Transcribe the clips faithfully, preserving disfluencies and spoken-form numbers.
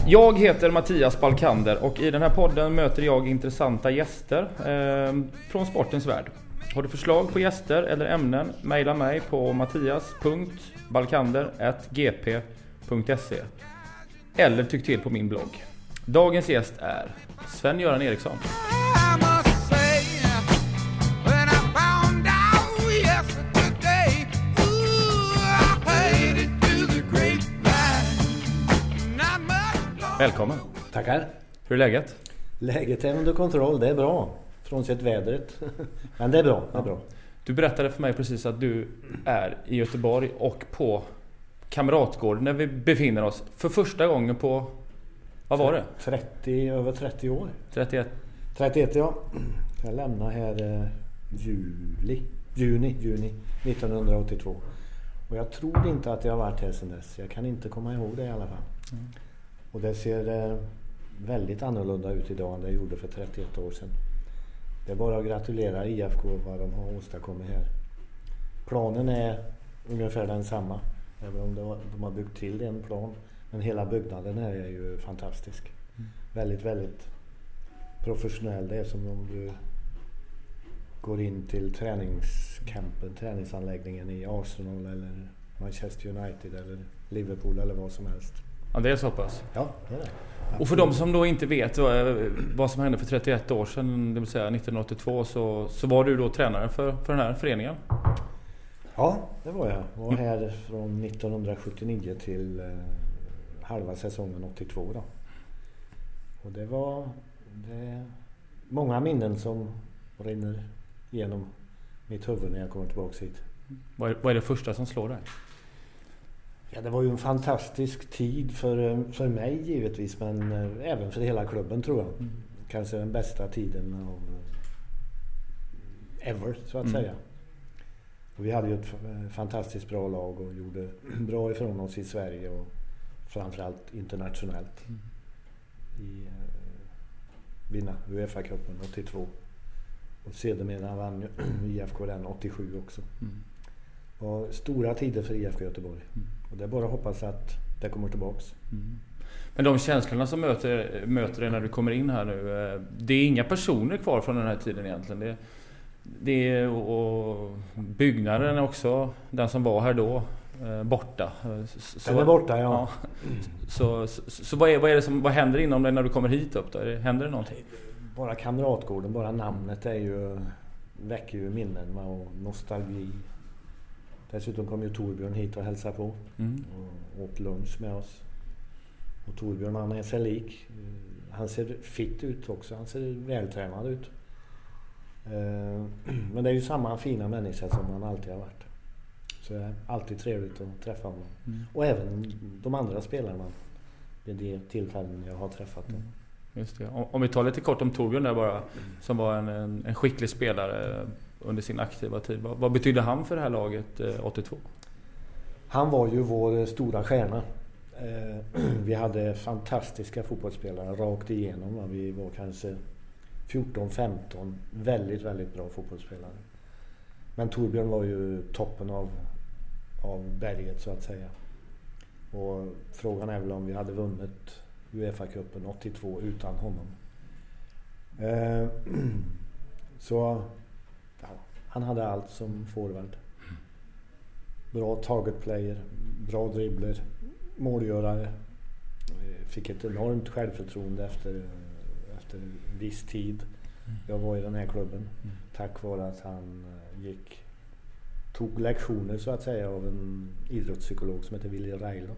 Jag heter Mattias Balkander och i den här podden möter jag intressanta gäster eh, från sportens värld. Har du förslag på gäster eller ämnen, mejla mig på mattias punkt balkander at g p punkt se eller tyck till på min blogg. Dagens gäst är Sven-Göran Eriksson. Välkommen. Tackar. Hur är läget? Läget är under kontroll, det är bra. Frånsett vädret. Men det är bra, det är bra. Du berättade för mig precis att du är i Göteborg och på Kamratgården där vi befinner oss för första gången på, vad var det? trettio, över trettio år. trettioett. trettioett, ja. Jag lämnar här eh, juli, juni, juni nittonhundraåttiotvå. Och jag tror inte att jag har varit här sedan dess. Jag kan inte komma ihåg det i alla fall. Mm. Och det ser eh, väldigt annorlunda ut idag än det gjorde för trettioett år sedan. Det är bara att gratulera I F K vad de har åstadkommit här. Planen är ungefär densamma. Även om var, de har byggt till en plan. Men hela byggnaden här är ju fantastisk. Mm. Väldigt, väldigt professionell. Det är som om du går in till träningscampen, träningsanläggningen i Arsenal eller Manchester United eller Liverpool eller vad som helst. Ja, det är så pass. Ja, det är det. Och för de som då inte vet vad som hände för trettioett år sedan, det vill säga nittonhundraåttiotvå, så, så var du då tränare för, för den här föreningen? Ja, det var jag. Jag var här från nittonhundrasjuttionio till eh, halva säsongen åttiotvå då. Och det var det, många minnen som rinner genom mitt huvud när jag kommer tillbaka hit. Vad är, vad är det första som slår dig? Ja, det var ju en fantastisk tid för, för mig givetvis, men även för hela klubben tror jag. Mm. Kanske den bästa tiden av ever, så att mm. säga. Och vi hade ju ett fantastiskt bra lag och gjorde bra ifrån oss i Sverige och framförallt internationellt. Mm. I uh, vinna UEFA-cupen åttiotvå. Och sedermera vann I F K den åttiosju också. Mm. Och stora tider för I F K Göteborg. Mm. Och det är bara att hoppas att det kommer tillbaks. Mm. Men de känslorna som möter, möter dig när du kommer in här nu, det är inga personer kvar från den här tiden egentligen. Det, det är och byggnaden också, den som var här då, borta. Så, den är borta, ja. ja. Mm. Så, så, så vad, är, vad, är det som, vad händer inom dig när du kommer hit upp då? Händer det någonting? Bara Kamratgården, bara namnet är ju, väcker ju minnen och nostalgi. Dessutom kom ju Torbjörn hit och hälsade på mm. och åt lunch med oss. Och Torbjörn, han är sig lik. Han ser fit ut också, han ser vältränad ut. Men det är ju samma fina människa som han alltid har varit. Så det är alltid trevligt att träffa honom. Mm. Och även de andra spelarna vid de tillfällen jag har träffat dem. Mm. Just det. Om, om vi tar lite kort om Torbjörn där bara, mm. som var en, en, en skicklig spelare under sin aktiva tid. Vad, vad betydde han för det här laget eh, åttiotvå? Han var ju vår stora stjärna. Eh, vi hade fantastiska fotbollsspelare rakt igenom. Va? Vi var kanske fjorton femton väldigt, väldigt bra fotbollsspelare. Men Torbjörn var ju toppen av, av berget så att säga. Och frågan är väl om vi hade vunnit UEFA-cupen åttiotvå utan honom. Eh, så ja, han hade allt som forward. Bra target player, bra dribbler, målgörare. Fick ett enormt självförtroende efter, efter en viss tid. Jag var i den här klubben tack vare att han gick tog lektioner så att säga av en idrottspsykolog som heter Willy Railo.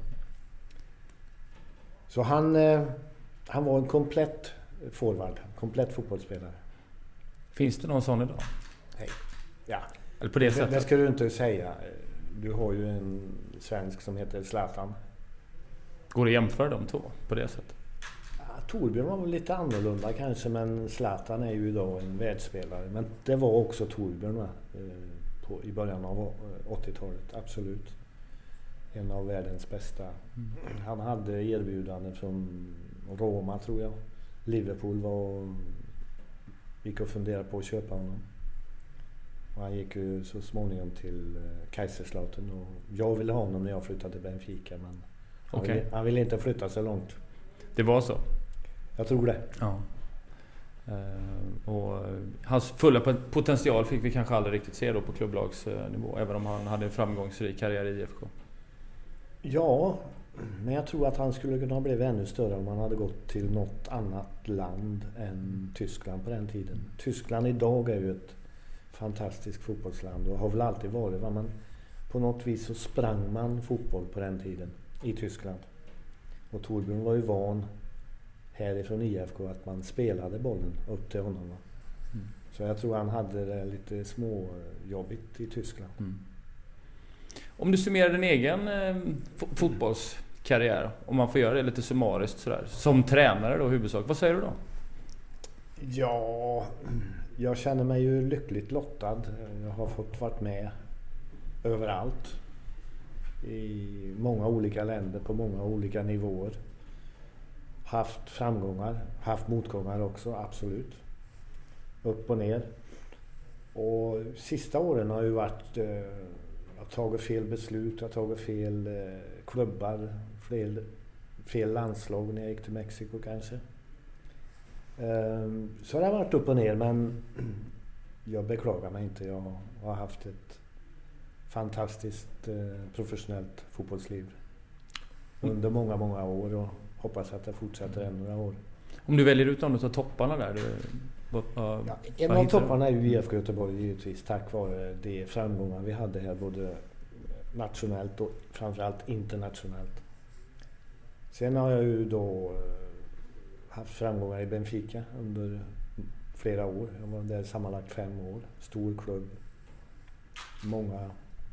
Så han, han var en komplett forward, komplett fotbollsspelare. Finns det någon sån idag? Nej. Ja. Eller på det, det sättet? Det ska du inte säga. Du har ju en svensk som heter Zlatan. Går det att jämföra de två på det sättet? Ja, Torbjörn var väl lite annorlunda kanske, men Zlatan är ju idag en världsspelare. Men det var också Torbjörn va? På, i början av åttiotalet, absolut. En av världens bästa. Mm. Han hade erbjudanden från Roma tror jag. Liverpool var gick och funderade på att köpa honom. Och han gick ju så småningom till Kaiserslautern och jag ville ha honom när jag flyttade till Benfica, men han, okay. ville, han ville inte flytta så långt. Det var så? Jag tror det. Ja. Uh, och hans fulla potential fick vi kanske aldrig riktigt se då på klubblagsnivå, även om han hade en framgångsrik karriär i I F K. Ja, men jag tror att han skulle kunna ha blivit ännu större om han hade gått till något annat land än Tyskland på den tiden. Tyskland idag är ju ett fantastiskt fotbollsland och har väl alltid varit, va? Men på något vis så sprang man fotboll på den tiden i Tyskland. Och Torbjörn var ju van härifrån I F K att man spelade bollen upp till honom. Mm. Så jag tror han hade det lite småjobbigt i Tyskland. Mm. Om du summerar din egen eh, fotbollskarriär, om man får göra det lite summariskt sådär, som tränare då huvudsak, vad säger du då? Ja, jag känner mig ju lyckligt lottad. Jag har fått varit med överallt. I många olika länder, på många olika nivåer. Haft framgångar, haft motgångar också, absolut. Upp och ner. Och sista åren har ju varit... Eh, jag har tagit fel beslut, jag har tagit fel eh, klubbar, fel, fel landslag när jag gick till Mexiko kanske. Eh, så det har varit upp och ner, men jag beklagar mig inte. Jag har haft ett fantastiskt eh, professionellt fotbollsliv under många, många år och hoppas att det fortsätter ännu några år. Om du väljer ut någon av topparna där? Du, vad, ja, en av topparna är ju I F K Göteborg givetvis, tack vare de framgångar vi hade här både nationellt och framförallt internationellt. Sen har jag ju då haft framgångar i Benfica under flera år. Jag var där sammanlagt fem år. Stor klubb. Många,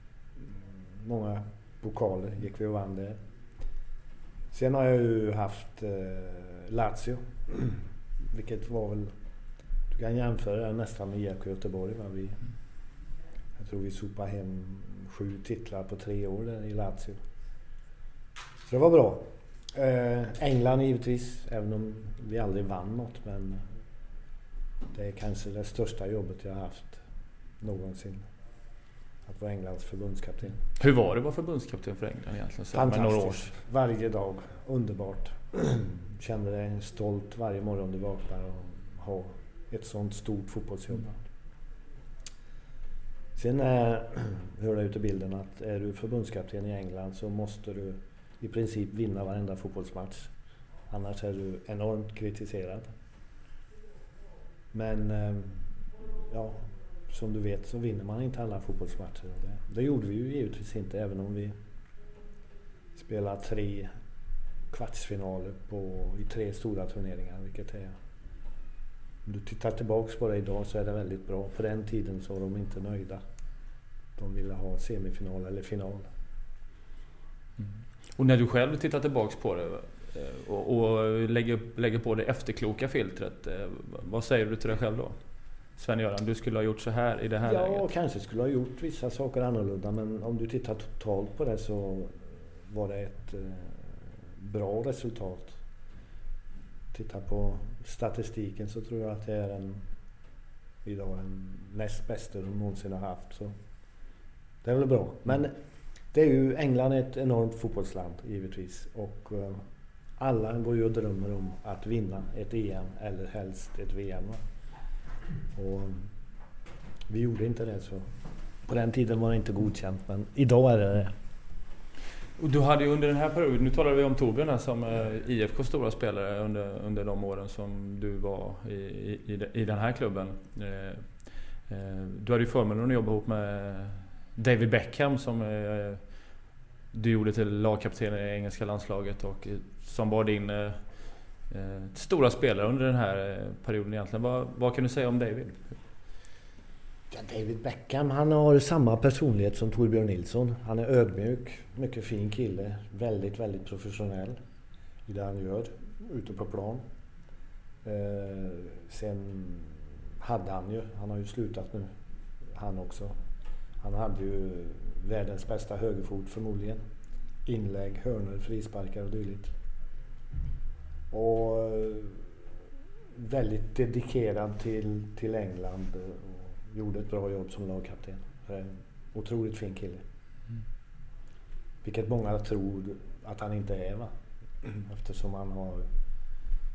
många pokaler gick vi och vann där. Sen har jag ju haft eh, Lazio, vilket var väl, du kan jämföra det nästan med I F K Göteborg. Va? Vi, jag tror vi sopade hem sju titlar på tre år där i Lazio. Så det var bra. Eh, England givetvis, även om vi aldrig vann något, men det är kanske det största jobbet jag har haft någonsin. Att vara Englands förbundskapten. Hur var det att vara förbundskapten för England egentligen? Fantastiskt. Varje dag. Underbart. Kände dig stolt varje morgon du vaknar och ha ett sånt stort fotbollsjobb. Mm. Sen är, hör det ut i bilden att är du förbundskapten i England så måste du i princip vinna varenda fotbollsmatch. Annars är du enormt kritiserad. Men ja, som du vet så vinner man inte alla fotbollsmatcher. Det, det gjorde vi ju givetvis inte, även om vi spelade tre kvartsfinaler på, i tre stora turneringar, vilket är... Om du tittar tillbaks på det idag så är det väldigt bra. På den tiden så var de inte nöjda. De ville ha semifinal eller final. Mm. Och när du själv tittar tillbaks på det och, och lägger, lägger på det efterkloka filtret, vad säger du till dig själv då? Sven-Göran, du skulle ha gjort så här i det här ja, läget. Ja, kanske skulle ha gjort vissa saker annorlunda, men om du tittar totalt på det så var det ett eh, bra resultat. Titta på statistiken så tror jag att det är en idag en näst bästa de någonsin har haft. Så det är väl bra. Men det är ju, England är ett enormt fotbollsland givetvis. Och uh, alla går ju och drömmer om att vinna ett E M eller helst ett V M. Och vi gjorde inte det, så på den tiden var det inte godkänt, men idag är det det. Och du hade ju under den här perioden, nu talar vi om Torbjörn som I F K stora spelare under, under de åren som du var i, i, i den här klubben. Eh, eh, du hade ju förmånen att jobba ihop med David Beckham som eh, du gjorde till lagkapten i engelska landslaget och som var din eh, stora spelare under den här perioden egentligen. Vad, vad kan du säga om David? Ja, David Beckham, han har samma personlighet som Torbjörn Nilsson. Han är ödmjuk, mycket fin kille, väldigt, väldigt professionell i det han gör ute på plan. Eh, sen hade han ju, han har ju slutat nu, han också. Han hade ju världens bästa högerfot förmodligen. Inlägg, hörnor, frisparkar och dylikt. Och väldigt dedikerad till, till England och gjorde ett bra jobb som lagkapten. En otroligt fin kille. Mm. Vilket många tror att han inte är, va? Mm. Eftersom han har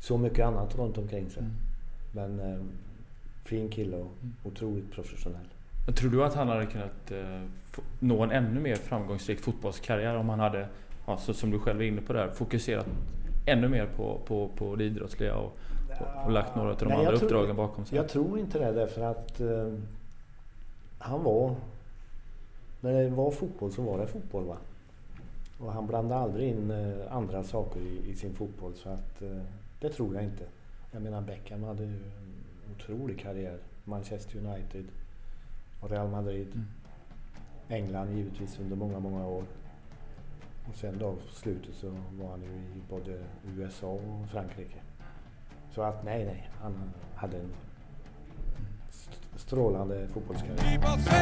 så mycket annat runt omkring sig. Mm. Men eh, fin kille och mm. otroligt professionell. Men tror du att han hade kunnat eh, få, nå en ännu mer framgångsrik fotbollskarriär om han hade, ja, så som du själv är inne på där, fokuserat ännu mer på, på, på det idrottsliga och, och, och lagt några av de Nej, andra tror, uppdragen bakom sig? Jag tror inte det, därför att eh, han var, när det var fotboll så var det fotboll, va? Och han blandade aldrig in eh, andra saker i, i sin fotboll, så att eh, det tror jag inte. Jag menar, Beckham hade ju en otrolig karriär. Manchester United och Real Madrid. Mm. England givetvis under många, många år. Och sen då slutet så var han ju i både U S A och Frankrike. Så att nej, nej. Han hade en strålande fotbollskarriär.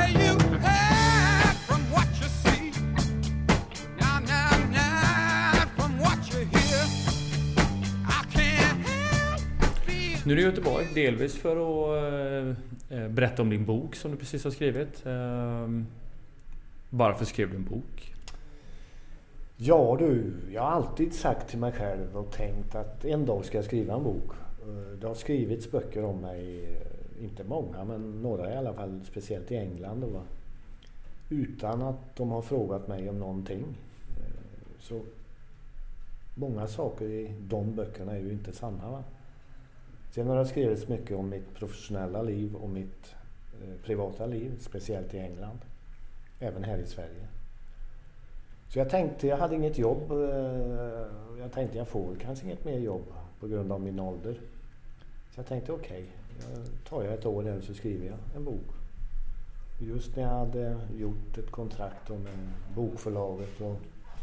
Nu är du i Göteborg, delvis för att eh, berätta om din bok som du precis har skrivit. Eh, varför skrev du en bok? Ja du, jag har alltid sagt till mig själv och tänkt att en dag ska jag skriva en bok. Det har skrivits böcker om mig, inte många men några i alla fall, speciellt i England då, va? Utan att de har frågat mig om någonting. Så många saker i de böckerna är ju inte sanna, va? Sen har det skrivits mycket om mitt professionella liv och mitt eh, privata liv, speciellt i England. Även här i Sverige. Så jag tänkte, jag hade inget jobb. Eh, jag tänkte jag får kanske inget mer jobb på grund av min ålder. Så jag tänkte okej, okay, jag tar jag ett år där så skriver jag en bok. Och just när jag hade gjort ett kontrakt med bokförlaget och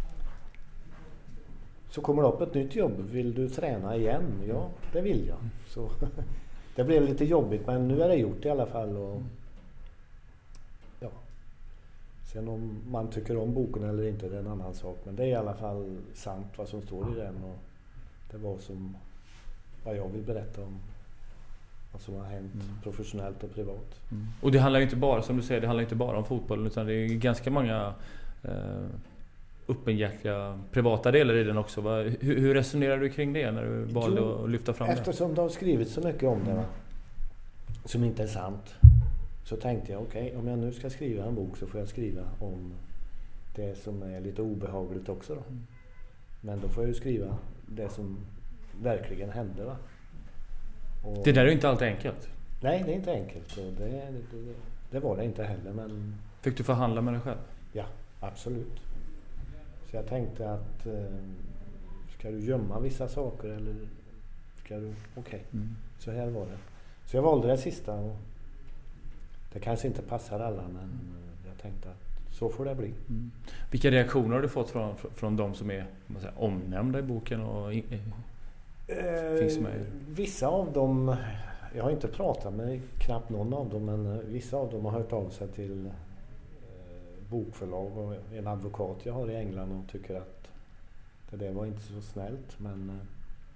så kommer det upp ett nytt jobb. Vill du träna igen? Ja, det vill jag. Så det blev lite jobbigt, men nu är det gjort i alla fall. Och, ja. Sen om man tycker om boken eller inte, det är en annan sak. Men det är i alla fall sant vad som står i den. Och det var som vad jag vill berätta om vad som har hänt mm. professionellt och privat. Mm. Och det handlar ju inte bara, som du säger, det handlar inte bara om fotboll, utan det är ganska många eh, öppenhjärtiga privata delar i den också. Va? Hur, hur resonerar du kring det när du valde jo, att lyfta fram eftersom det? Eftersom det har skrivit så mycket om det, va? Som inte är sant, så tänkte jag okej, okay, om jag nu ska skriva en bok så får jag skriva om det som är lite obehagligt också då. Mm. Men då får jag ju skriva det som verkligen hände, va? Och det där är ju inte alltid enkelt. Nej, det är inte enkelt. Och det, det, det var det inte heller. Men fick du förhandla med dig själv? Ja, absolut. Så jag tänkte att eh, ska du gömma vissa saker eller ska du... Okej, okay. mm. Så här var det. Så jag valde det sista. Och det kanske inte passar alla, men mm. jag tänkte att så får det bli. Mm. Vilka reaktioner har du fått från, från de som är man säger, omnämnda i boken och i, eh, finns med? Vissa av dem, jag har inte pratat med knappt någon av dem, men vissa av dem har hört av sig till eh, bokförlag och en advokat jag har i England och tycker att det där var inte så snällt, men eh,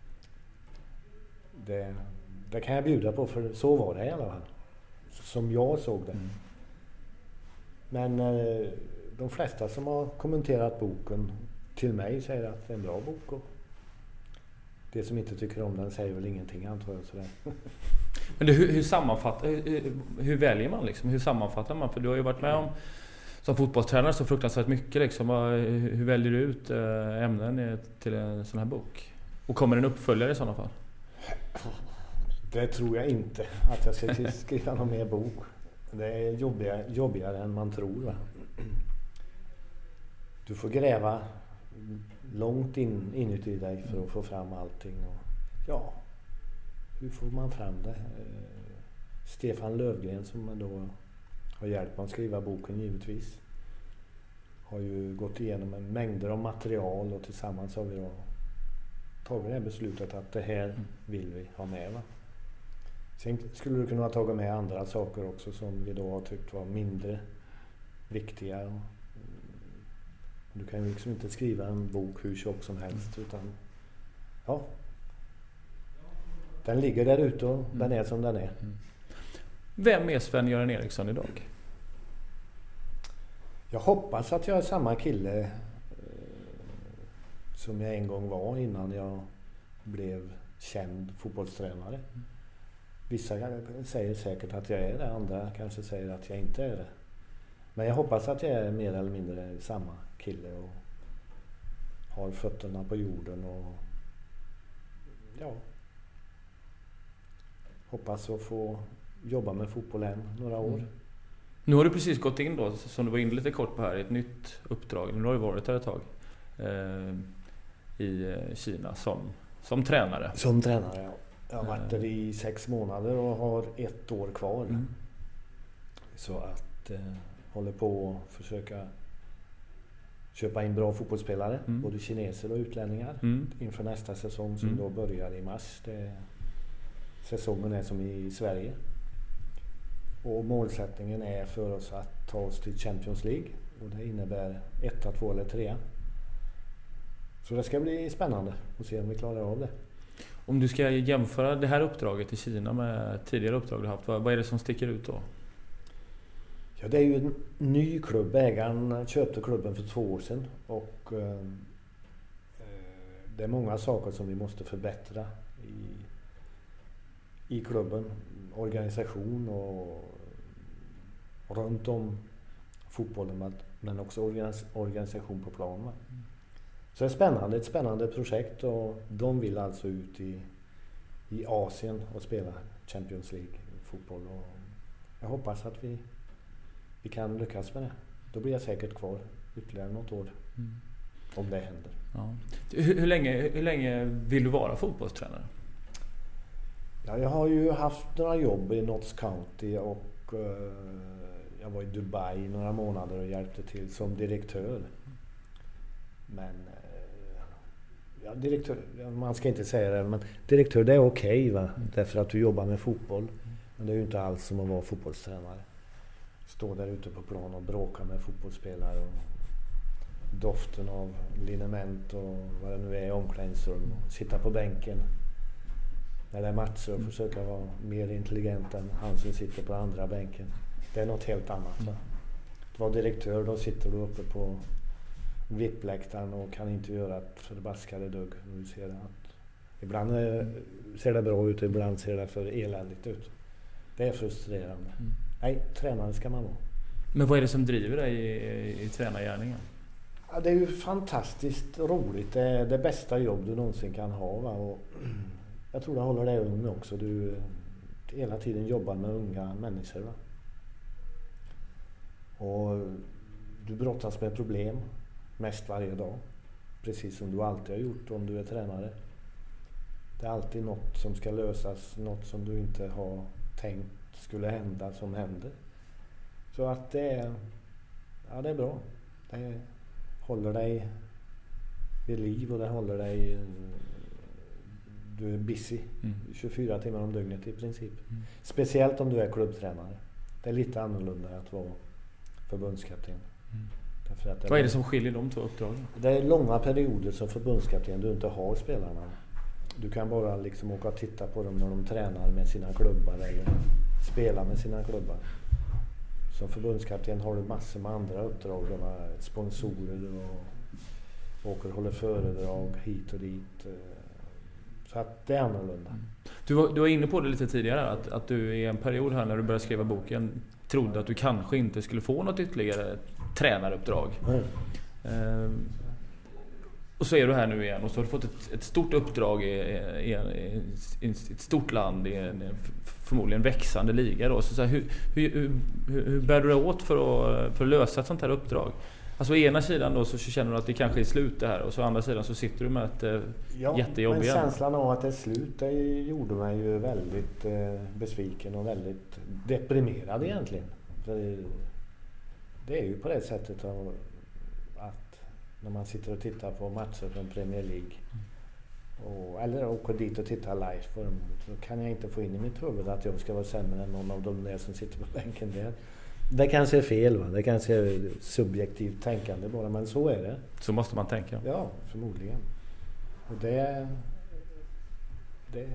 det, det kan jag bjuda på, för så var det i alla fall. Som jag såg det. Mm. Men eh, de flesta som har kommenterat boken till mig säger att det är en bra bok. Och det som inte tycker om den säger väl ingenting, antar jag. Sådär. Men det, hur, hur, sammanfattar, hur, hur väljer man liksom? Hur sammanfattar man? För du har ju varit med om som fotbollstränare så fruktansvärt mycket. Liksom. Hur väljer du ut ämnen till en sån här bok? Och kommer en uppföljare i sådana fall? Det tror jag inte, att jag ska skriva någon mer bok. Det är jobbigare, jobbigare än man tror. Va? Du får gräva långt in, inuti dig för att få fram allting. Och, ja, hur får man fram det? Eh, Stefan Löfgren, som man då har hjälpt mig att skriva boken givetvis, har ju gått igenom en mängder av material och tillsammans har vi då tagit det här beslutet att det här vill vi ha med. Va? Sen skulle du kunna ha tagit med andra saker också som vi då har tyckt var mindre viktiga. Du kan ju liksom inte skriva en bok hur tjock som helst, utan ja, den ligger där ute och mm. den är som den är. Mm. Vem är Sven-Göran Eriksson idag? Jag hoppas att jag är samma kille eh, som jag en gång var innan jag blev känd fotbollstränare. Vissa säger säkert att jag är det, andra kanske säger att jag inte är det. Men jag hoppas att jag är mer eller mindre samma kille och har fötterna på jorden och ja, hoppas att få jobba med fotboll än några år. Mm. Nu har du precis gått in då, som du var inne lite kort på här, i ett nytt uppdrag. Nu har du varit här ett tag eh, i Kina som, som tränare. Som tränare, ja. Jag har varit där i sex månader och har ett år kvar. Mm. Så att eh, håller på att försöka köpa in bra fotbollsspelare, mm. både kineser och utlänningar, mm. inför nästa säsong som mm. då börjar i mars. Det, säsongen är som i Sverige. Och målsättningen är för oss att ta oss till Champions League. Och det innebär ett, två eller tre. Så det ska bli spännande att se om vi klarar av det. Om du ska jämföra det här uppdraget i Kina med tidigare uppdrag du haft, vad är det som sticker ut då? Ja, det är ju en ny klubb. Ägaren köpte klubben för två år sedan. Och eh, det är många saker som vi måste förbättra i, i klubben. Organisation och, och runt om fotbollen, men också organis, organisation på plan. Mm. Så det är spännande, ett spännande projekt och de vill alltså ut i, i Asien och spela Champions League fotboll. Och jag hoppas att vi, vi kan lyckas med det. Då blir jag säkert kvar ytterligare något år. Mm. Om det händer. Ja. Hur, hur, länge, hur länge vill du vara fotbollstränare? Ja, jag har ju haft några jobb i Notts County och uh, jag var i Dubai några månader och hjälpte till som direktör. Men uh, ja, direktör, man ska inte säga det, men direktör det är okej, va? Mm. Därför att du jobbar med fotboll. Men det är ju inte alls som att vara fotbollstränare. Stå där ute på plan och bråka med fotbollsspelare och doften av liniment och vad det nu är i omklädningsrum och sitta på bänken när det är matcher och mm. försöka vara mer intelligent än han som sitter på andra bänken. Det är något helt annat. Mm. Att vara direktör, då sitter du uppe på V I P-läktaren och kan inte göra ett förbaskade dugg. Du ser att ibland ser det bra ut och ibland ser det för eländigt ut. Det är frustrerande. Mm. Nej, tränare ska man vara. Men vad är det som driver dig i, i, i tränargärningen? Ja, det är ju fantastiskt roligt. Det är det bästa jobb du någonsin kan ha. Va? Och jag tror det håller dig ung också. Du hela tiden jobbar med unga människor. Va? Och du brottas med problem mest varje dag. Precis som du alltid har gjort om du är tränare. Det är alltid något som ska lösas. Något som du inte har tänkt skulle hända som händer. Så att det är, ja, det är bra. Det håller dig vid liv och det håller dig, du är busy mm. tjugofyra timmar om dygnet i princip. Mm. Speciellt om du är klubbtränare. Det är lite annorlunda att vara förbundskapten. Mm. Därför att det Vad är det som skiljer de två uppdragen? Det är långa perioder som förbundskapten du inte har spelarna. Du kan bara liksom åka och titta på dem när de tränar med sina klubbar eller spelar med sina klubbar. Som förbundskapten har du massor med andra uppdrag. De har sponsorer och åker och håller föredrag hit och dit. Så att det är annorlunda. Mm. Du, var, du var inne på det lite tidigare. Att, att du i en period här när du började skriva boken trodde att du kanske inte skulle få något ytterligare tränaruppdrag. Mm. Ehm, och så är du här nu igen och så har du fått ett, ett stort uppdrag i, i, i, i ett stort land i en förmodligen växande liga då. Så, så här, hur, hur, hur, hur bär du dig åt för att, för att lösa ett sånt här uppdrag? Alltså å ena sidan då så känner du att det kanske är slut det här och så å andra sidan så sitter du med ett eh, ja, jättejobb igen. Men känslan av att det är slut det gjorde mig ju väldigt eh, besviken och väldigt deprimerad egentligen. För det, det är ju på det sättet av, att när man sitter och tittar på matcher från Premier League och, eller åker dit och tittar live på dem, så kan jag inte få in i mitt huvud att jag ska vara sämre än någon av de där som sitter på bänken där. Det kanske är fel, va? Det kanske är subjektivt tänkande bara, men så är det. Så måste man tänka. Ja, förmodligen. Och det, det,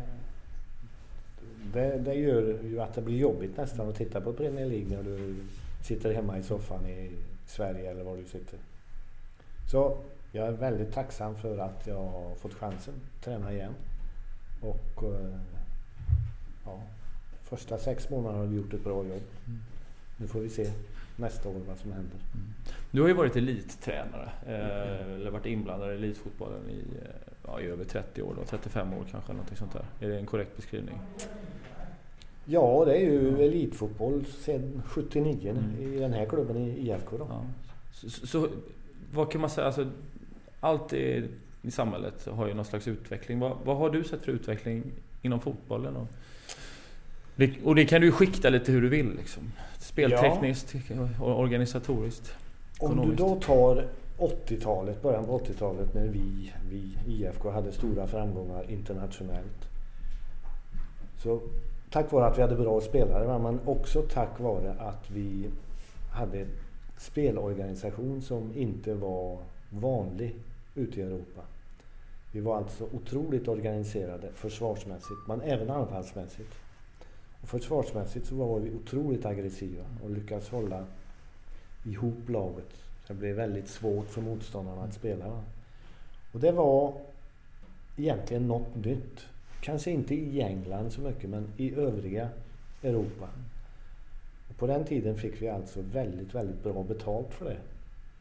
det, det gör ju att det blir jobbigt nästan att titta på Premier League när du sitter hemma i soffan i Sverige eller var du sitter. Så jag är väldigt tacksam för att jag har fått chansen att träna igen. Och ja, första sex månader har vi gjort ett bra jobb. Mm. Nu får vi se nästa år vad som händer. Mm. Du har ju varit elittränare, eh, eller varit inblandad i elitfotbollen i, ja, i över trettio år, då, trettiofem år kanske, någonting sånt där. Är det en korrekt beskrivning? Ja, det är ju elitfotboll sedan sjuttionio mm. i den här klubben i I F K då. Ja. Så, så, så vad kan man säga, alltså, allt i, i samhället har ju någon slags utveckling. Vad, vad har du sett för utveckling inom fotbollen? Och det, och det kan du ju skikta lite hur du vill liksom. Speltekniskt och organisatoriskt. Om du då tar åttiotalet, början på åttiotalet när vi, vi I F K hade stora framgångar internationellt. Så tack vare att vi hade bra spelare, men också tack vare att vi hade en spelorganisation som inte var vanlig ute i Europa. Vi var alltså otroligt organiserade försvarsmässigt, men även anfallsmässigt. Och försvarsmässigt så var vi otroligt aggressiva och lyckades hålla ihop laget. Så det blev väldigt svårt för motståndarna att spela. Och det var egentligen något nytt. Kanske inte i England så mycket, men i övriga Europa. Och på den tiden fick vi alltså väldigt, väldigt bra betalt för det.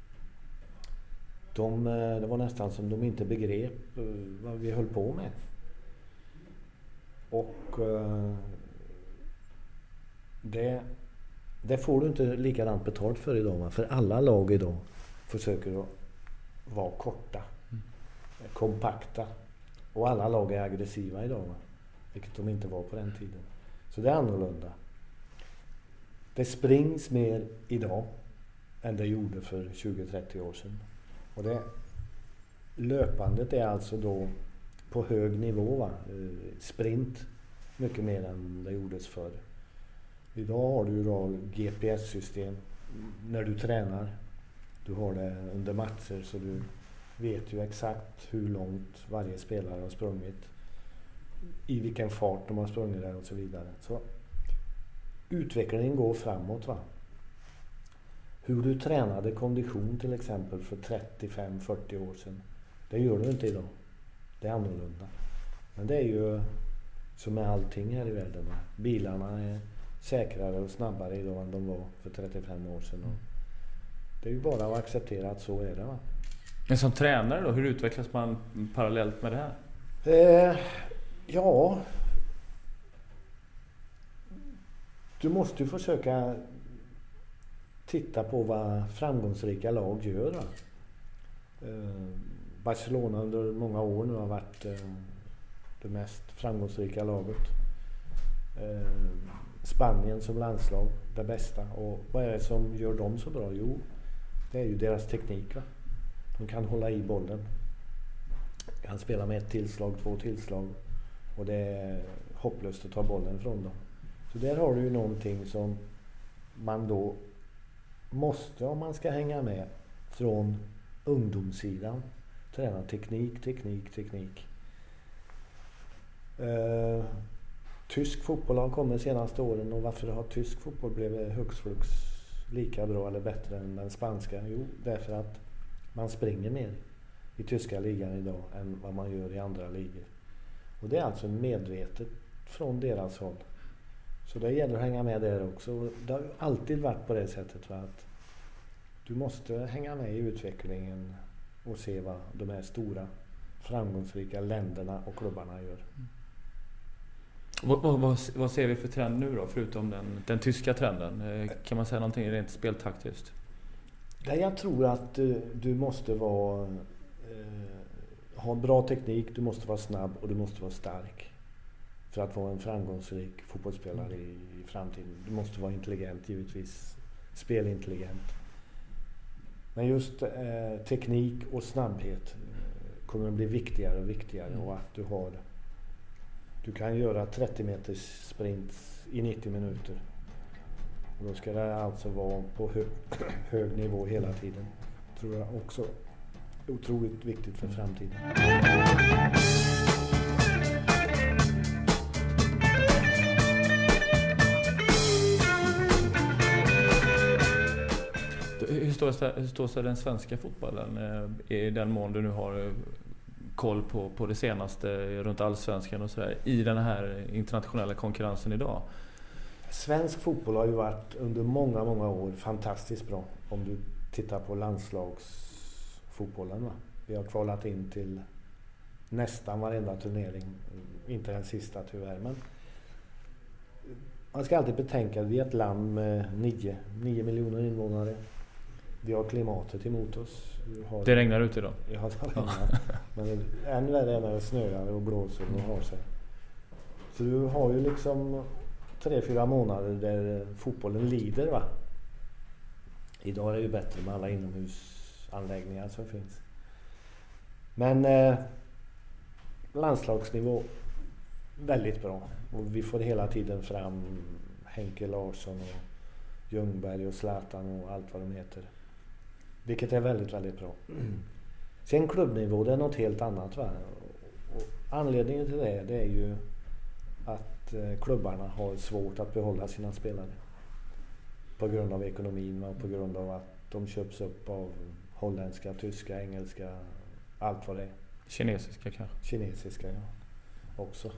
De, det var nästan som de inte begrep vad vi höll på med. Och det, det får du inte likadant betalt för idag. Va? För alla lag idag försöker att vara korta, mm. kompakta. Och alla lag är aggressiva idag, va? Vilket de inte var på den tiden. Så det är annorlunda. Det springs mer idag än det gjorde för tjugo till trettio år sedan. Och det löpandet är alltså då på hög nivå, va? Sprint mycket mer än det gjordes förr. Idag har du då G P S-system när du tränar. Du har det under matcher så du vet ju exakt hur långt varje spelare har sprungit. I vilken fart de har sprungit där och så vidare. Så utvecklingen går framåt, va? Hur du tränade kondition till exempel för trettiofem till fyrtio år sedan. Det gör du inte idag. Det är annorlunda. Men det är ju som med allting här i världen. Va? Bilarna är säkrare och snabbare idag än de var för trettiofem år sedan. Och det är ju bara att acceptera att så är det, va? Men som tränare då, hur utvecklas man parallellt med det här? Eh, ja, du måste ju försöka titta på vad framgångsrika lag gör. Va? Eh, Barcelona under många år nu har varit eh, det mest framgångsrika laget. Eh, Spanien som landslag, det bästa. Och vad är det som gör dem så bra? Jo, det är ju deras teknik, va? De kan hålla i bollen. Kan spela med ett tillslag, två tillslag. Och det är hopplöst att ta bollen från dem. Så där har du ju någonting som man då måste, om man ska hänga med från ungdomssidan, träna teknik, teknik, teknik. Uh, tysk fotboll har kommit de senaste åren, och varför har tysk fotboll blivit högst flux lika bra eller bättre än den spanska? Jo, därför att man springer mer i tyska ligan idag än vad man gör i andra ligor. Och det är alltså medvetet från deras håll. Så det gäller att hänga med där också. Det har alltid varit på det sättet, va? Att du måste hänga med i utvecklingen och se vad de här stora framgångsrika länderna och klubbarna gör. Mm. Vad, vad, vad ser vi för trend nu då, förutom den, den tyska trenden? Kan man säga någonting rent speltaktiskt? Jag tror att du, du måste vara, eh, ha en bra teknik, du måste vara snabb och du måste vara stark för att vara en framgångsrik fotbollsspelare i, i framtiden. Du måste vara intelligent, givetvis, spelintelligent. Men just eh, teknik och snabbhet eh, kommer att bli viktigare och viktigare, mm. och att du har du kan göra trettio meters sprints i nittio minuter. Och då ska det alltså vara på hög, hög nivå hela tiden. Tror jag också är otroligt viktigt för framtiden. Hur står, hur står sig den svenska fotbollen i den mån du nu har koll på, på det senaste runt allsvenskan och sådär i den här internationella konkurrensen idag? Svensk fotboll har ju varit under många, många år fantastiskt bra. Om du tittar på landslagsfotbollen. Va? Vi har kvalat in till nästan varenda turnering. Inte den sista tyvärr. Men man ska alltid betänka att vi är ett land med nio, nio miljoner invånare. Vi har klimatet emot oss. Har, det regnar ut idag. Ja, det regnar. Men än värre är när det snöar och blåser och har sig. Så du har ju liksom tre, fyra månader där fotbollen lider, va? Idag är det ju bättre med alla inomhusanläggningar som finns. Men eh, landslagsnivå väldigt bra. Och vi får hela tiden fram Henke Larsson och Ljungberg och Zlatan och allt vad de heter. Vilket är väldigt, väldigt bra. Sen klubbnivå, det är något helt annat, va? Och anledningen till det, det är ju att klubbarna har svårt att behålla sina spelare. På grund av ekonomin och på grund av att de köps upp av holländska, tyska, engelska, allt vad det är. Kinesiska kanske? Kinesiska, ja. Också.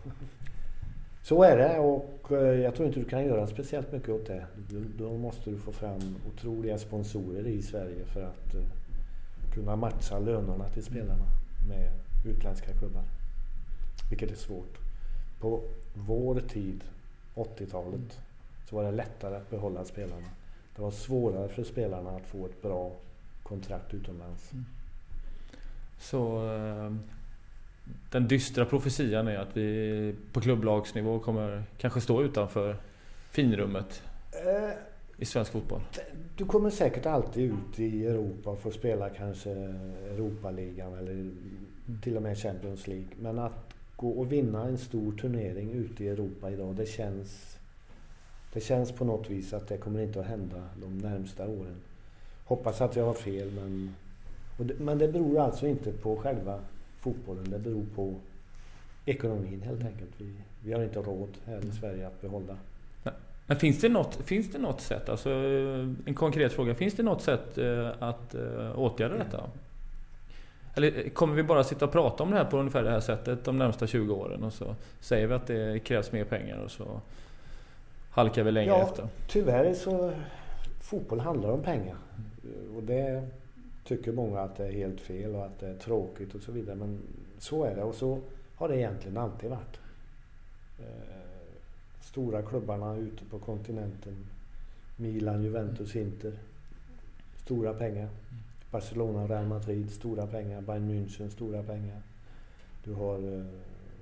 Så är det, och jag tror inte du kan göra speciellt mycket åt det. Då måste du få fram otroliga sponsorer i Sverige för att kunna matcha lönerna till spelarna med utländska klubbar. Vilket är svårt. På vår tid, åttiotalet, så var det lättare att behålla spelarna. Det var svårare för spelarna att få ett bra kontrakt utomlands. Mm. Så den dystra profetian är att vi på klubblagsnivå kommer kanske stå utanför finrummet eh, i svensk fotboll. Du kommer säkert alltid ut i Europa och få spela kanske Europaligan eller mm. till och med Champions League. Men att gå och vinna en stor turnering ute i Europa idag, det känns det känns på något vis att det kommer inte att hända de närmsta åren. Hoppas att jag har fel, men och det, men det beror alltså inte på själva fotbollen, det beror på ekonomin helt enkelt. Vi, vi har inte råd här i Sverige att behålla. Men, men finns det något finns det något sätt, alltså en konkret fråga, finns det något sätt uh, att uh, åtgärda detta? Mm. Eller kommer vi bara sitta och prata om det här på ungefär det här sättet de närmsta tjugo åren och så säger vi att det krävs mer pengar och så halkar vi längre ja, efter? Tyvärr så fotboll handlar om pengar. Och det tycker många att det är helt fel och att det är tråkigt och så vidare. Men så är det, och så har det egentligen alltid varit. Stora klubbarna ute på kontinenten, Milan, Juventus, Inter, stora pengar. Barcelona, Real Madrid, stora pengar. Bayern München, stora pengar. Du har eh,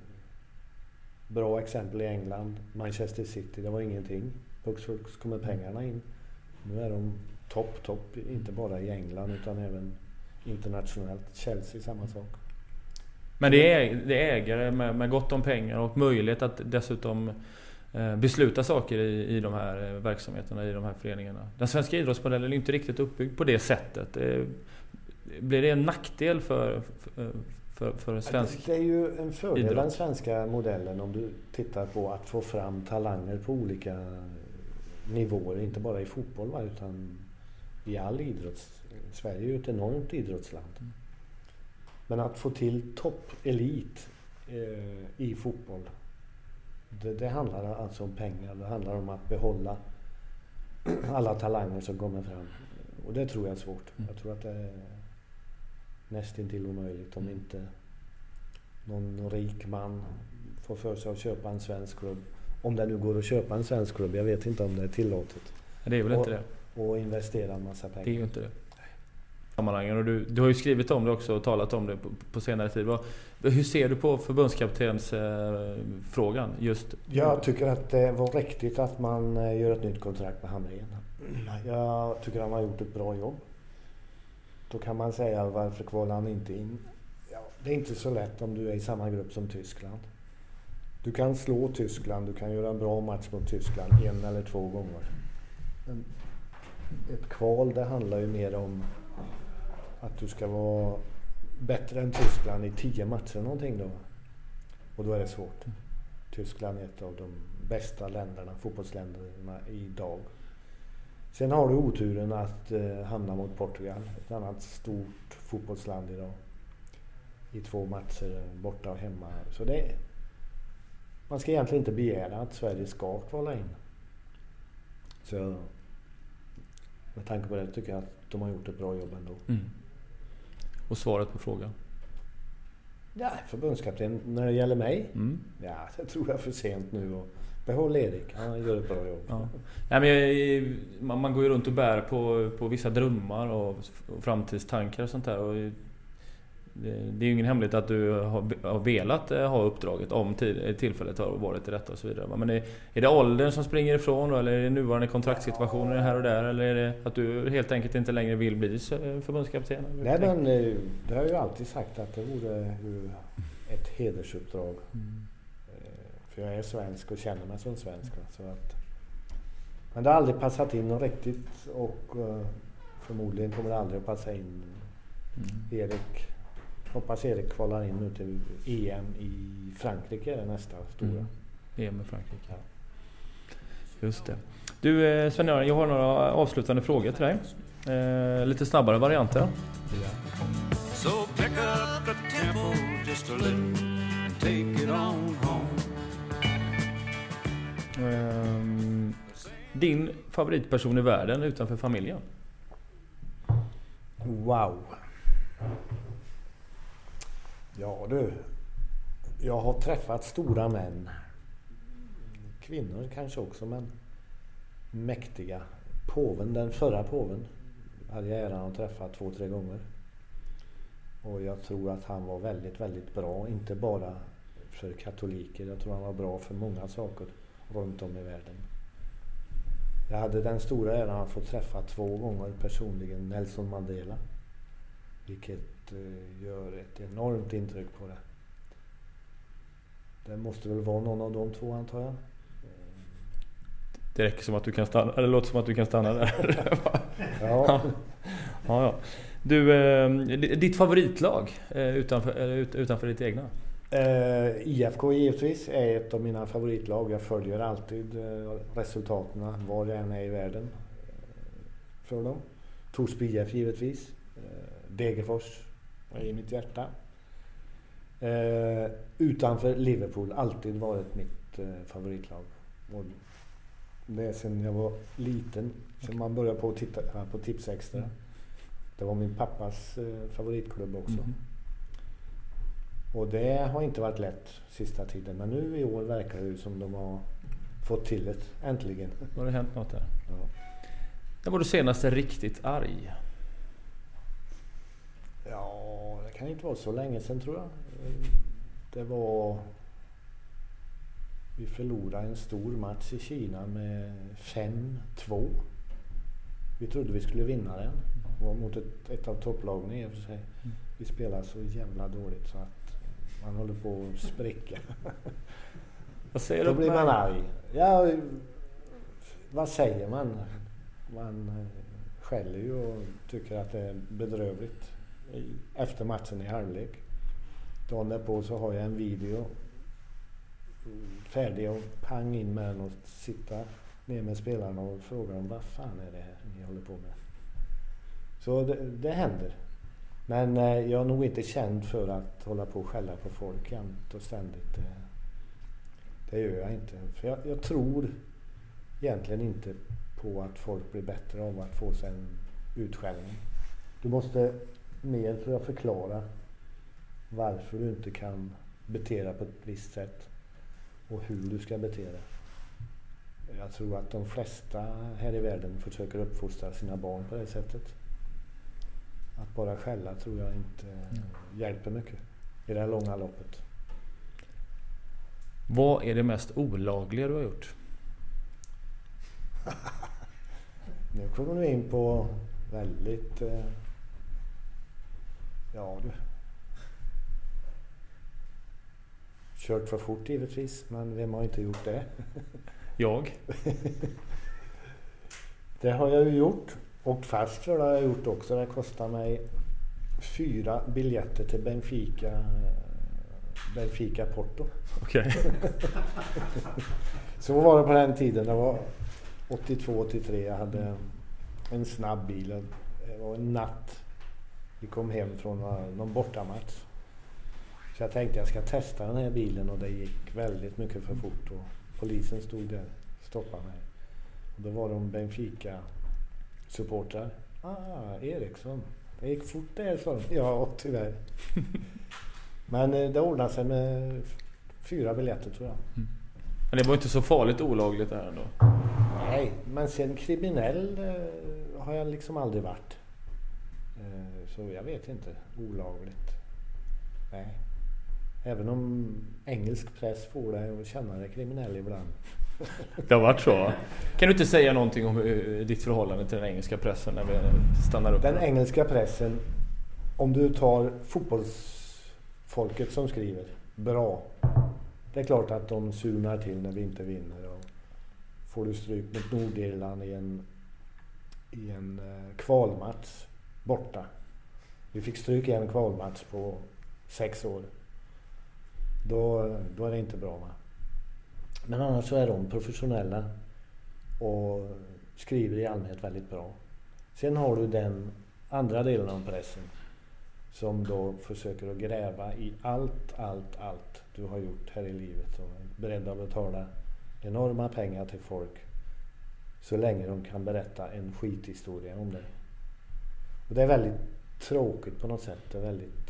bra exempel i England. Manchester City, det var ingenting. Hux flux kommer pengarna in. Nu är de topp, topp. Inte bara i England utan även internationellt. Chelsea, samma sak. Men det är, det är ägare med, med gott om pengar och möjlighet att dessutom eh, besluta saker i, i de här verksamheterna, i de här föreningarna. Den svenska idrottsmodellen är inte riktigt uppbyggd på det sättet. Eh, blir det en nackdel för, för, för, för svensk Det är ju en fördel idrott. Den svenska modellen om du tittar på att få fram talanger på olika nivåer. Inte bara i fotboll, va, utan i all idrott. Sverige är ju ett enormt idrottsland. Mm. Men att få till toppelit eh, i fotboll, det, det handlar alltså om pengar. Det handlar om att behålla alla talanger som kommer fram. Och det tror jag är svårt. Mm. Jag tror att det är nästintill omöjligt om inte någon rik man får för sig att köpa en svensk klubb. Om det nu går att köpa en svensk klubb, jag vet inte om det är tillåtet. Det är väl och, inte det. Och investera en massa pengar. Det är ju inte det. Och du, du har ju skrivit om det också och talat om det på, på senare tid. Hur ser du på förbundskaptens eh, frågan? Just jag tycker att det var riktigt att man gör ett nytt kontrakt med Hamrén. Jag tycker att han har gjort ett bra jobb. Då kan man säga, varför kvalar han inte in? Ja, det är inte så lätt om du är i samma grupp som Tyskland. Du kan slå Tyskland, du kan göra en bra match mot Tyskland en eller två gånger. Men ett kval, det handlar ju mer om att du ska vara bättre än Tyskland i tio matcher någonting då. Och då är det svårt. Tyskland är ett av de bästa länderna, fotbollsländerna idag. Sen har du oturen att eh, hamna mot Portugal, ett annat stort fotbollsland idag. i två matcher borta och hemma. Så det, man ska egentligen inte begära att Sverige ska kvala in. Så med tanke på det tycker jag att de har gjort ett bra jobb ändå. Mm. Och svaret på frågan? Ja, förbundskapten när det gäller mig. Mm. Ja, det tror jag för sent nu. Och behåll Erik, han gör ett bra jobb. Ja. Ja, men jag, man, man går ju runt och bär på, på vissa drömmar och, och framtidstankar och sånt där. Och det, det är ju ingen hemlighet att du har, har velat ha uppdraget om tid, tillfället har varit det rätta och så vidare. Men är, är det åldern som springer ifrån då, eller är det nuvarande kontraktssituationer här och där? Eller är det att du helt enkelt inte längre vill bli förbundskapten? Nej, men det har jag ju alltid sagt att det vore ju ett hedersuppdrag. Mm. För jag är svensk och känner mig som svensk. Så att, men det har aldrig passat in riktigt och förmodligen kommer det aldrig att passa in. Mm. Erik, hoppas Erik kvalar in nu till E M i Frankrike är det nästa stora. Mm. E M i Frankrike, ja. Just det. Du Sven-Göran, jag har några avslutande frågor till dig. Eh, lite snabbare varianter. Ja. So pick up the tempo just a little and take it on home. Um, din favoritperson i världen utanför familjen? Wow. Ja du, jag har träffat stora män. Kvinnor kanske också, men mäktiga. Påven, den förra påven, hade jag äran att träffa två, tre gånger. Och jag tror att han var väldigt, väldigt bra. Inte bara för katoliker. Jag tror han var bra för många saker runt om i världen. Jag hade den stora äran att få träffa två gånger personligen Nelson Mandela. Vilket eh, gör ett enormt intryck på det. Det måste väl vara någon av de två, antar jag. Det räcker som att du kan stanna, eller det låter som att du kan stanna där. Ja. Ja, ja. Du, eh, ditt favoritlag eh, utanför, ut, utanför ditt egna? Eh, I F K givetvis är ett av mina favoritlag. Jag följer alltid eh, resultaten var jag än är i världen eh, för dem. Torsby I F givetvis. Eh, Degerfors är i mitt hjärta. Eh, utanför Liverpool alltid varit mitt eh, favoritlag. Och det är sen jag var liten, sen man började på att titta på Tips Extra. Mm. Det var min pappas eh, favoritklubb också. Mm. Och det har inte varit lätt sista tiden. Men nu i år verkar det som de har fått till det. Äntligen. Har det hänt något där? Ja. När var du senast riktigt arg? Ja, det kan inte vara så länge sedan tror jag. Det var... Vi förlorade en stor match i Kina med fem två. Vi trodde vi skulle vinna den. Det var mot ett, ett av topplagen i och för sig. Vi spelade så jävla dåligt så att man håller på att spricka. Vad säger du? Då du blir man arg. Ja, vad säger man? Man skäller ju och tycker att det är bedrövligt. Efter matchen i halvlek. Dagen därpå så har jag en video färdig och pang in med den och sitta ner med spelarna och fråga dem vad fan är det här ni håller på med. Så det, det händer. Men eh, jag är nog inte känd för att hålla på och skälla på folk jämt och ständigt. Det, det gör jag inte. För jag, jag tror egentligen inte på att folk blir bättre av att få sig en utskällning. Du måste mer tror jag förklara varför du inte kan bete dig på ett visst sätt och hur du ska bete dig. Jag tror att de flesta här i världen försöker uppfostra sina barn på det sättet. Att bara skälla tror jag inte mm. hjälper mycket i det här långa loppet. Vad är det mest olagliga du har gjort? Nu kommer du in på väldigt... Eh, ja du. Kört för fort givetvis, men vem har inte gjort det? Jag. Det har jag ju gjort. Och fast för det har jag gjort också. Det kostar mig fyra biljetter till Benfica, Benfica Porto. Okej. Okay. Så var det på den tiden. Det var åttiotvå åttiotre. Jag hade en snabb bil. Det var en natt. Vi kom hem från någon bortamatch. Så jag tänkte jag ska testa den här bilen och det gick väldigt mycket för fort och polisen stod där och stoppade mig. Och då var de Benfica-supportrar. Ah, Eriksson. Det gick fort där, så. Ja, tyvärr. Men det ordnade sig med fyra biljetter, tror jag. Mm. Men det var inte så farligt olagligt där ändå? Nej, men sen kriminell eh, har jag liksom aldrig varit. Eh, så jag vet inte. Olagligt. Nej. Även om engelsk press får dig att känna dig kriminell ibland. Det har varit så. Kan du inte säga någonting om uh, ditt förhållande till den engelska pressen när vi stannar upp? Den engelska pressen, om du tar fotbollsfolket som skriver, bra. Det är klart att de surnar till när vi inte vinner. Och får du stryk mot Nordirland i en, i en uh, kvalmatch borta. Vi fick stryk i en kvalmatch på sex år. Då, då är det inte bra, va? Men annars så är de professionella och skriver i allmänhet väldigt bra. Sen har du den andra delen av pressen som då försöker att gräva i allt, allt, allt du har gjort här i livet och är beredda att betala enorma pengar till folk så länge de kan berätta en skithistoria om dig. Och det är väldigt tråkigt på något sätt. Det är väldigt...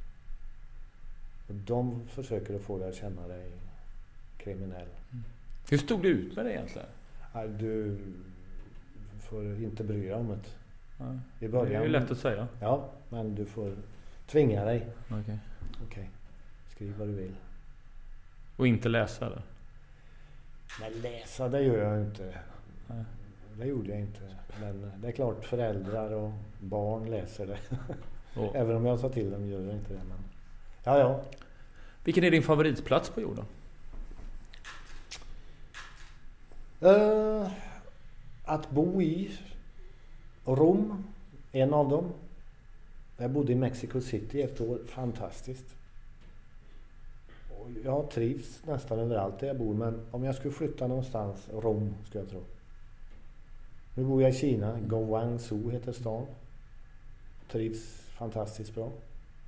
Och de försöker att få dig att känna dig kriminell. Mm. Hur stod du ut med det egentligen? Ja, du får inte bry dig om det. Ja. I början, det är ju lätt att säga. Ja, men du får tvinga dig. Okej. Okay. Okej, skriv vad du vill. Och inte läsa det? Nej, läsa det gör jag inte. Nej. Det gjorde jag inte. Men det är klart föräldrar och barn läser det. Oh. Även om jag sa till dem gör jag inte det. Men... Ja, ja. Vilken är din favoritplats på jorden? Uh, att bo i Rom, en av dem. Jag bodde i Mexico City ett år, fantastiskt. Och jag trivs nästan överallt där jag bor, men om jag skulle flytta någonstans, Rom skulle jag tro. Nu bor jag i Kina, Guangzhou heter stan. Trivs fantastiskt bra.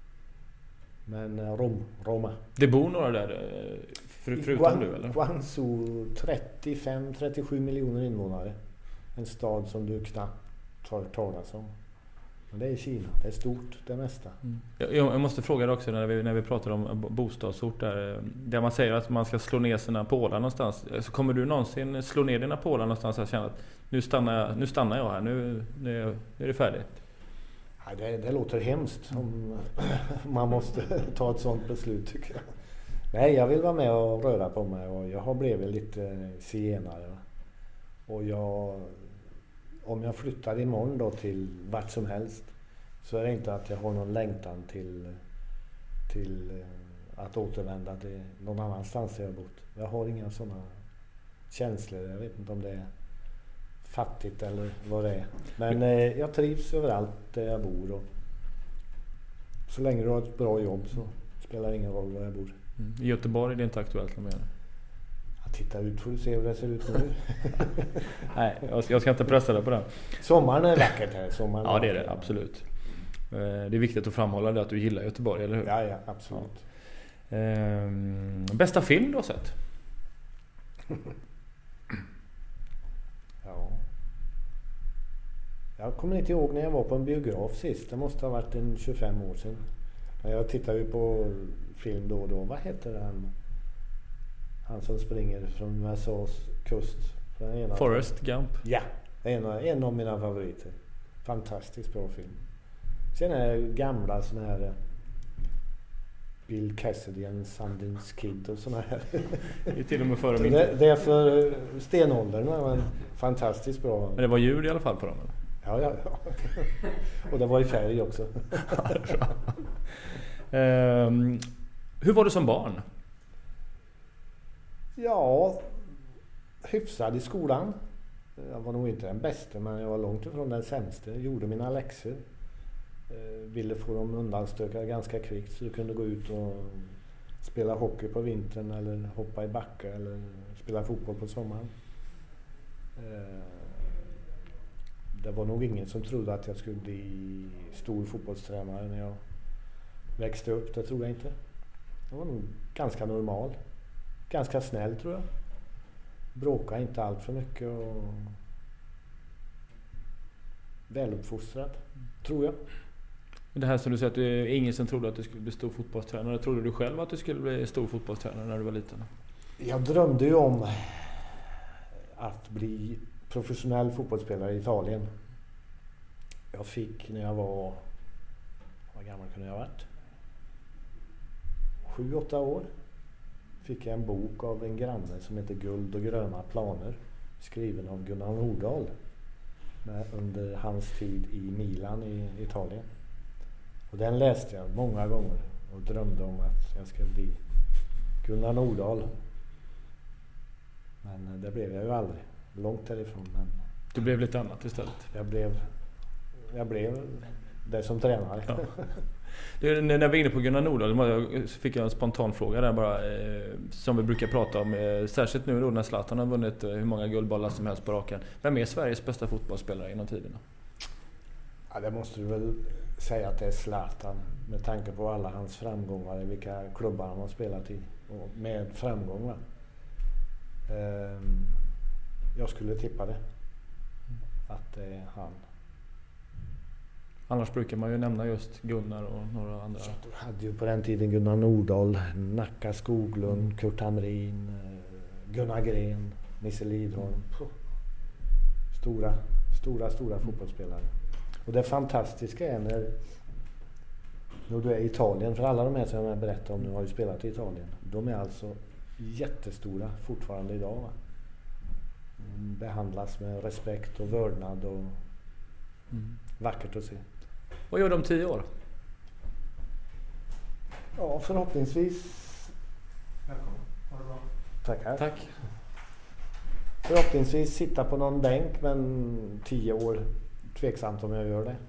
Men Rom, Roma. Det bor några där för, förutom Guang, du eller? Guangzhou, trettiofem till trettiosju miljoner invånare. En stad som du knappt tar talas om. Men det är Kina, det är stort, det mesta. Mm. Jag, jag måste fråga dig också när vi, när vi pratar om bostadsort där, där man säger att man ska slå ner sina pålar någonstans. Så kommer du någonsin slå ner dina pålar någonstans och känna att nu stannar, nu stannar jag här, nu, nu, nu är det färdigt? Ja, det, det låter hemskt om man måste ta ett sånt beslut, tycker jag. Nej, jag vill vara med och röra på mig och jag har blivit lite zigenare. Och jag... Om jag flyttar imorgon då till vart som helst så är det inte att jag har någon längtan till, till att återvända till någon annanstans där jag har bott. Jag har inga sådana känslor. Jag vet inte om det är fattigt eller vad det är. Men eh, jag trivs överallt där jag bor. Och så länge du har ett bra jobb så spelar det ingen roll var jag bor. Mm. I Göteborg är det inte aktuellt mer? Titta ut får du se hur det ser ut nu. Nej, jag ska inte pressa dig på det. Sommaren är vackert här. Sommaren ja, det är det, absolut. Det är viktigt att framhålla det att du gillar Göteborg, eller hur? Ja, ja, absolut. Ja. Ehm, bästa film du har sett? Ja. Jag kommer inte ihåg när jag var på en biograf sist. Det måste ha varit en tjugofem år sedan. Jag tittar ju på film då och då. Vad heter han? Han som springer från U S A:s kust. Forrest Gump. Ja, en av, en av mina favoriter. Fantastiskt bra film. Sen är det gamla såna här Bill Cassidy and Sundance Kid och såna här. Det är till och med före min det, det är för stenåldern, men fantastiskt bra. Men det var ljud i alla fall på dem, eller? Ja, ja, ja. Och det var i färg också. um, hur var du som barn? Ja, hyfsad i skolan. Jag var nog inte den bästa, men jag var långt ifrån den sämsta. Jag gjorde mina läxor. Ville få dem undanstökade ganska kvickt så du kunde gå ut och spela hockey på vintern eller hoppa i backa eller spela fotboll på sommaren. Det var nog ingen som trodde att jag skulle bli stor fotbollstränare när jag växte upp, det tror jag inte. Jag var nog ganska normal. Ganska snäll tror jag. Bråkade inte allt för mycket och väluppfostrad, tror jag. Det här som du säger att det är ingen som trodde att du skulle bli stor fotbollstränare. Trodde du själv att du skulle bli stor fotbollstränare när du var liten? Jag drömde ju om att bli professionell fotbollsspelare i Italien. Jag fick när jag var, vad gammal kunde jag ha varit? Sju, åtta år. Fick jag en bok av en granne som heter Guld och gröna planer. Skriven av Gunnar Nordahl. Med, under hans tid i Milan i Italien. Och den läste jag många gånger och drömde om att jag skulle bli Gunnar Nordahl. Men det blev jag ju aldrig. Långt därifrån. Men du blev lite annat istället. Jag blev, jag blev det som tränare. Ja. Du, när vi var inne på Gunnar Nordahl fick jag en spontan fråga där bara, eh, som vi brukar prata om. Eh, särskilt nu då när Zlatan har vunnit eh, hur många guldbollar som helst på raken. Vem är Sveriges bästa fotbollsspelare genom tiderna? Ja, det måste du väl säga att det är Zlatan. Med tanke på alla hans framgångar i vilka klubbar han har spelat i. Och med framgångar. Eh, jag skulle tippa det. Att det är han. Annars brukar man ju nämna just Gunnar och några andra. Du hade ju på den tiden Gunnar Nordahl, Nacka Skoglund, Kurt Hamrin, Gunnar Gren, Nisse Lidholm. Stora, stora, stora fotbollsspelare. Och det fantastiska är när, när du är i Italien, för alla de här som jag berättar om nu har ju spelat i Italien. De är alltså jättestora fortfarande idag. Va? Behandlas med respekt och vördnad och mm. vackert att se. Vad gör de tio år? Ja, förhoppningsvis. Välkommen. Ha det bra. Tackar. Tack. Förhoppningsvis sitta på någon bänk, men tio år tveksamt om jag gör det.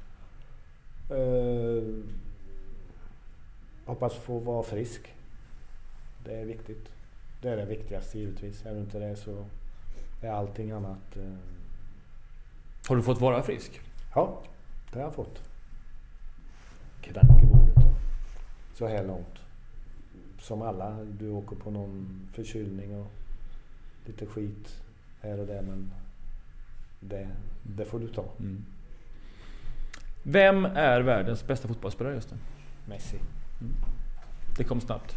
Uh, hoppas få vara frisk. Det är viktigt. Det är det viktigaste givetvis. Är det inte det så är allting annat. Uh... Har du fått vara frisk? Ja, det har jag fått. Krank i bordet. Så här långt. Som alla. Du åker på någon förkylning och lite skit här och där, men det, det får du ta. Mm. Vem är världens bästa fotbollsspelare just nu? Messi. Mm. Det kom snabbt.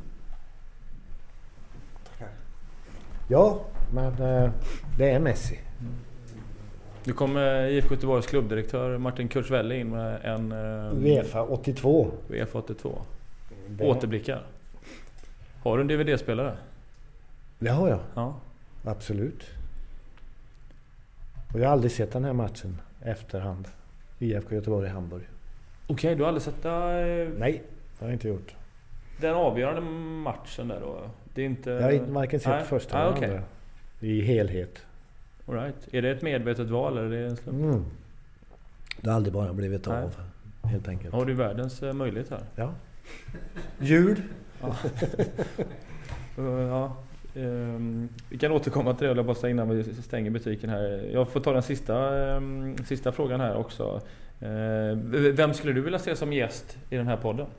Tackar. Ja, men äh, det är Messi. Mm. Nu kom I F K Göteborgs klubbdirektör Martin Kurzwelle in med en uh, UEFA åttiotvå. UEFA åttiotvå. Det... Återblickar. Har du en D V D-spelare? Det har jag. Ja. Absolut. Och jag har aldrig sett den här matchen efterhand. I F K Göteborg i Hamburg. Okej, okay, du har aldrig sett det? Uh... Nej, det har jag inte gjort. Den avgörande matchen där då? Det är inte... Jag har varken sett Nej. första ah, eller okay. andra. I helhet. All right. Är det ett medvetet val eller är det en slump? Mm. Det har aldrig bara blivit av, Nej. helt enkelt. Har du världens uh, möjlighet här? Ja. Ljud. Ja. uh, ja. Um, vi kan återkomma till det, jag bara innan vi stänger butiken här. Jag får ta den sista, um, sista frågan här också. Uh, vem skulle du vilja se som gäst i den här podden?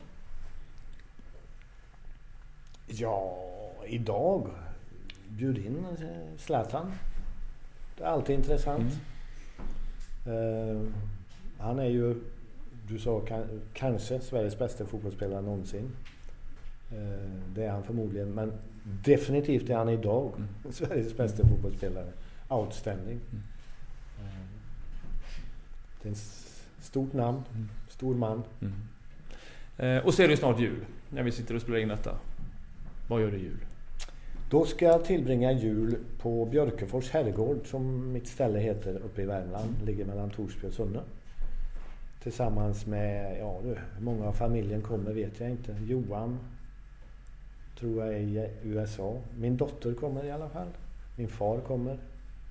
Ja, idag bjud in Zlatan. Det är alltid intressant. Mm. Uh, han är ju, du sa kan, kanske Sveriges bästa fotbollsspelare någonsin. Uh, det är han förmodligen, men definitivt är han idag mm. Sveriges bästa mm. fotbollsspelare. Outstanding. Mm. Uh, det är ett stort namn, mm. stor man. Mm. Uh, och så är det snart jul när vi sitter och spelar in detta. Vad gör du jul? Då ska jag tillbringa jul på Björkefors herrgård, som mitt ställe heter, uppe i Värmland. Ligger mellan Torsby och Sunne. Tillsammans med, ja du, hur många av familjen kommer vet jag inte. Johan tror jag är i U S A. Min dotter kommer i alla fall. Min far kommer.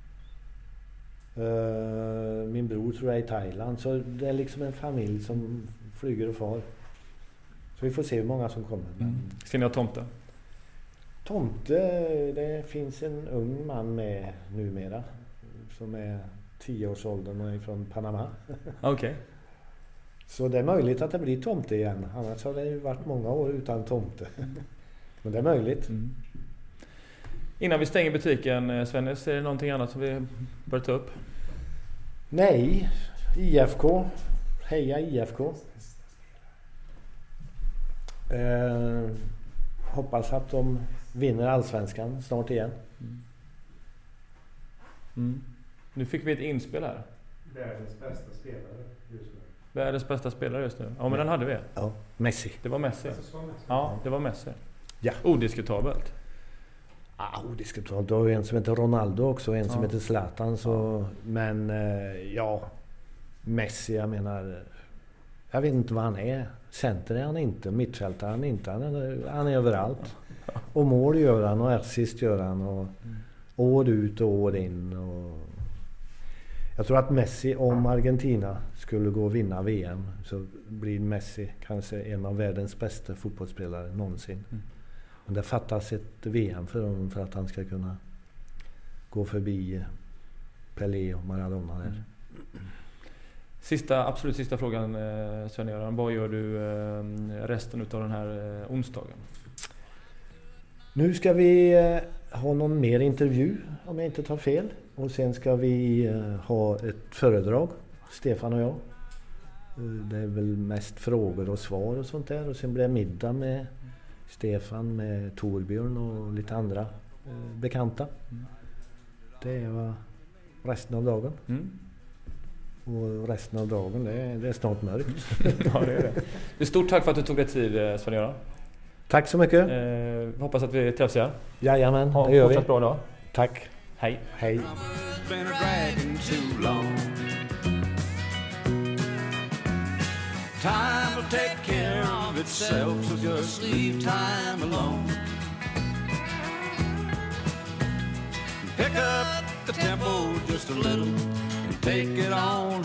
Uh, min bror tror jag är i Thailand. Så det är liksom en familj som flyger och far. Så vi får se hur många som kommer. Mm. Ska ni ha tomte? Tomte, det finns en ung man med numera. Som är tio års åldern och är från Panama. Okej. Okay. Så det är möjligt att det blir tomte igen. Annars har det ju varit många år utan tomte. Men det är möjligt. Mm. Innan vi stänger butiken, Svennis, är det någonting annat som vi bör ta upp? Nej, I F K. Heja I F K. Eh, hoppas att de vinner allsvenskan snart igen. Mm. Mm. Nu fick vi ett inspel här. Världens bästa spelare just nu. Världens bästa spelare just nu. Ja, men den hade vi. Ja, Messi. Det var Messi. Ja, det var Messi. Ja. Odiskutabelt. Ah, odiskutabelt. Du har ju en som heter Ronaldo också, en som ja. heter Zlatan. Så, men eh, ja, Messi, jag menar, jag vet inte vad han är. Center är han inte, mittfältare är han inte. Han är, han är överallt. Och mål gör han och assist gör han. Och mm. år ut och år in. Och jag tror att Messi, om Argentina skulle gå och vinna V M, så blir Messi kanske en av världens bästa fotbollsspelare någonsin. Mm. Men det fattas ett V M för honom för att han ska kunna gå förbi Pelé och Maradona där. Mm. Sista, absolut sista frågan, Sven-Göran. Vad gör du resten av den här onsdagen? Nu ska vi ha någon mer intervju, om jag inte tar fel. Och sen ska vi ha ett föredrag, Stefan och jag. Det är väl mest frågor och svar och sånt där. Och sen blir det middag med Stefan, med Torbjörn och lite andra bekanta. Det är resten av dagen. Mm. Och resten av dagen, det är, det är snart mörkt. Ja, det är det. Det är stort tack för att du tog dig tid, Sven-Göran. Tack så mycket. Eh, hoppas att vi träffs igen. Jajamän, ha, det gör vi. Fortsatt bra dag. Tack. Hej. Hej. Time will take care of itself, so just leave time alone. Pick up the tempo just a little and take it on